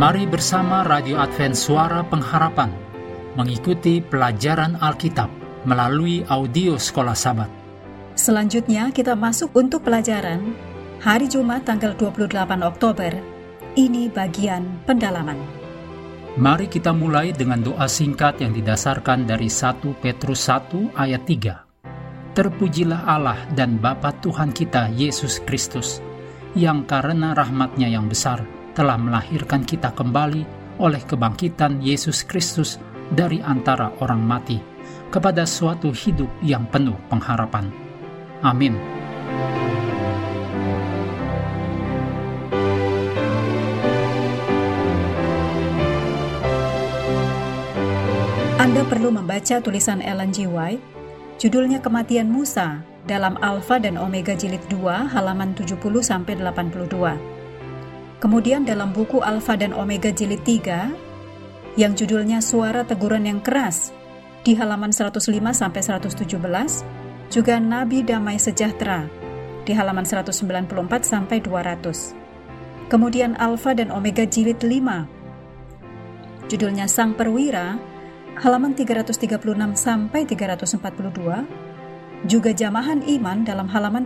Mari bersama Radio Advent Suara Pengharapan mengikuti pelajaran Alkitab melalui audio Sekolah Sabat. Selanjutnya kita masuk untuk pelajaran hari Jumat tanggal 28 Oktober. Ini bagian pendalaman. Mari kita mulai dengan doa singkat yang didasarkan dari 1 Petrus 1 ayat 3. Terpujilah Allah dan Bapa Tuhan kita Yesus Kristus, yang karena rahmat-Nya yang besar telah melahirkan kita kembali oleh kebangkitan Yesus Kristus dari antara orang mati kepada suatu hidup yang penuh pengharapan. Amin. Anda perlu membaca tulisan Ellen G. White, judulnya Kematian Musa, dalam Alfa dan Omega Jilid 2, halaman 70-82. Kemudian dalam buku Alfa dan Omega Jilid 3, yang judulnya Suara Teguran yang Keras, di halaman 105-117, juga Nabi Damai Sejahtera, di halaman 194-200. Kemudian Alfa dan Omega Jilid 5, judulnya Sang Perwira, halaman 336-342, juga Jamahan Iman dalam halaman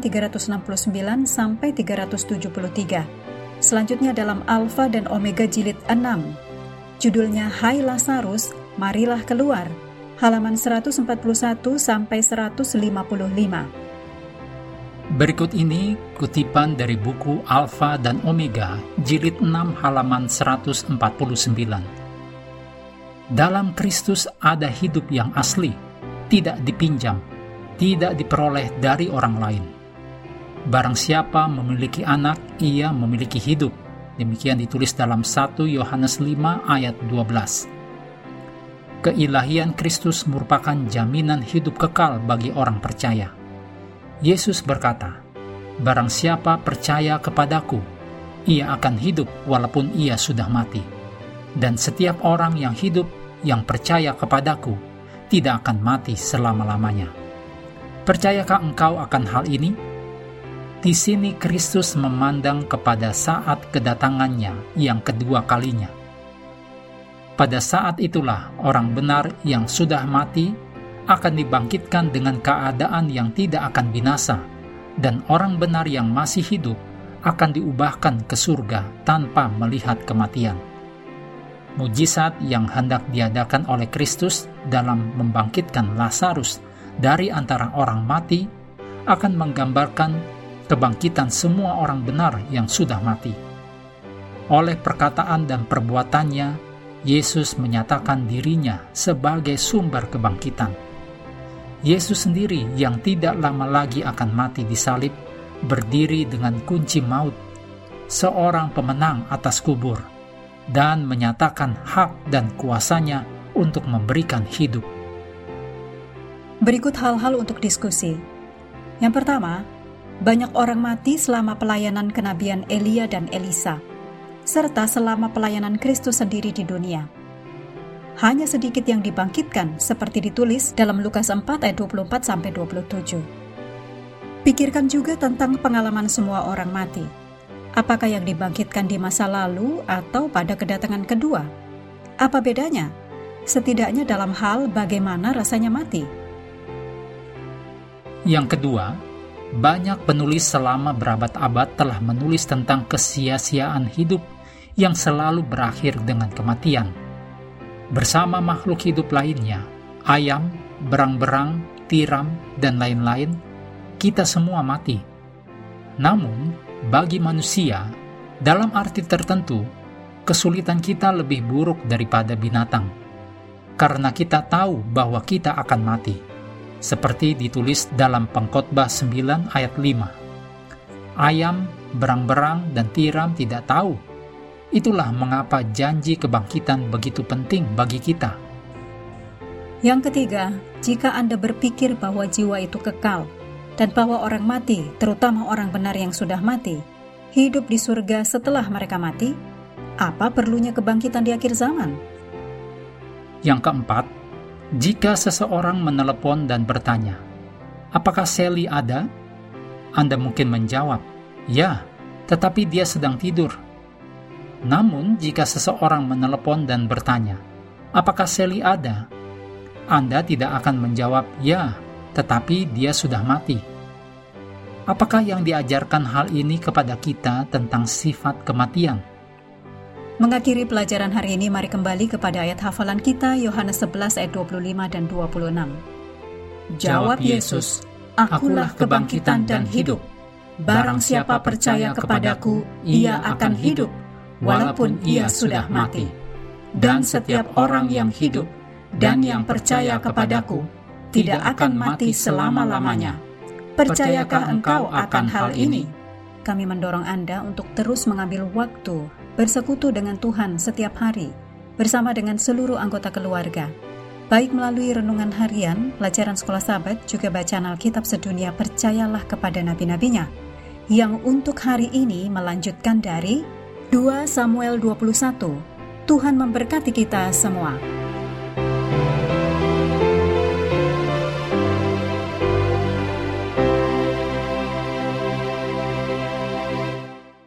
369-373. Selanjutnya dalam Alfa dan Omega Jilid 6, judulnya Hai Lazarus, Marilah Keluar, halaman 141-155. Berikut ini kutipan dari buku Alfa dan Omega Jilid 6 halaman 149. Dalam Kristus ada hidup yang asli, tidak dipinjam, tidak diperoleh dari orang lain. Barang siapa memiliki anak, ia memiliki hidup. Demikian ditulis dalam 1 Yohanes 5 ayat 12. Keilahian Kristus merupakan jaminan hidup kekal bagi orang percaya. Yesus berkata, "Barang siapa percaya kepadaku, ia akan hidup walaupun ia sudah mati. Dan setiap orang yang hidup yang percaya kepadaku tidak akan mati selama-lamanya." Percayakah engkau akan hal ini? Di sini Kristus memandang kepada saat kedatangannya yang kedua kalinya. Pada saat itulah orang benar yang sudah mati akan dibangkitkan dengan keadaan yang tidak akan binasa, dan orang benar yang masih hidup akan diubahkan ke surga tanpa melihat kematian. Mujizat yang hendak diadakan oleh Kristus dalam membangkitkan Lazarus dari antara orang mati akan menggambarkan kebangkitan semua orang benar yang sudah mati. Oleh perkataan dan perbuatannya, Yesus menyatakan dirinya sebagai sumber kebangkitan. Yesus sendiri yang tidak lama lagi akan mati disalib, berdiri dengan kunci maut, seorang pemenang atas kubur, dan menyatakan hak dan kuasanya untuk memberikan hidup. Berikut hal-hal untuk diskusi. Yang pertama, banyak orang mati selama pelayanan kenabian Elia dan Elisa, serta selama pelayanan Kristus sendiri di dunia. Hanya sedikit yang dibangkitkan, seperti ditulis dalam Lukas 4 ayat 24-27. Pikirkan juga tentang pengalaman semua orang mati. Apakah yang dibangkitkan di masa lalu atau pada kedatangan kedua? Apa bedanya? Setidaknya dalam hal bagaimana rasanya mati. Yang kedua, banyak penulis selama berabad-abad telah menulis tentang kesia-siaan hidup yang selalu berakhir dengan kematian. Bersama makhluk hidup lainnya, ayam, berang-berang, tiram, dan lain-lain, kita semua mati. Namun, bagi manusia, dalam arti tertentu, kesulitan kita lebih buruk daripada binatang, karena kita tahu bahwa kita akan mati. Seperti ditulis dalam Pengkhotbah 9 ayat 5. Ayam, berang-berang, dan tiram tidak tahu. Itulah mengapa janji kebangkitan begitu penting bagi kita. Yang ketiga, jika Anda berpikir bahwa jiwa itu kekal, dan bahwa orang mati, terutama orang benar yang sudah mati, hidup di surga setelah mereka mati, apa perlunya kebangkitan di akhir zaman? Yang keempat, jika seseorang menelepon dan bertanya, "Apakah Sally ada?" Anda mungkin menjawab, "Ya, tetapi dia sedang tidur." Namun jika seseorang menelepon dan bertanya, "Apakah Sally ada?" Anda tidak akan menjawab, "Ya, tetapi dia sudah mati." Apakah yang diajarkan hal ini kepada kita tentang sifat kematian? Mengakhiri pelajaran hari ini, mari kembali kepada ayat hafalan kita, Yohanes 11 ayat 25 dan 26. Jawab Yesus, "Akulah kebangkitan dan hidup. Barang siapa percaya kepadaku, ia akan hidup, walaupun ia sudah mati. Dan setiap orang yang hidup dan yang percaya kepadaku tidak akan mati selama-lamanya." Percayakah engkau akan hal ini? Kami mendorong Anda untuk terus mengambil waktu bersekutu dengan Tuhan setiap hari bersama dengan seluruh anggota keluarga, baik melalui renungan harian, pelajaran sekolah Sabat, juga bacaan Alkitab sedunia Percayalah kepada Nabi-Nabinya, yang untuk hari ini melanjutkan dari 2 Samuel 21. Tuhan memberkati kita semua.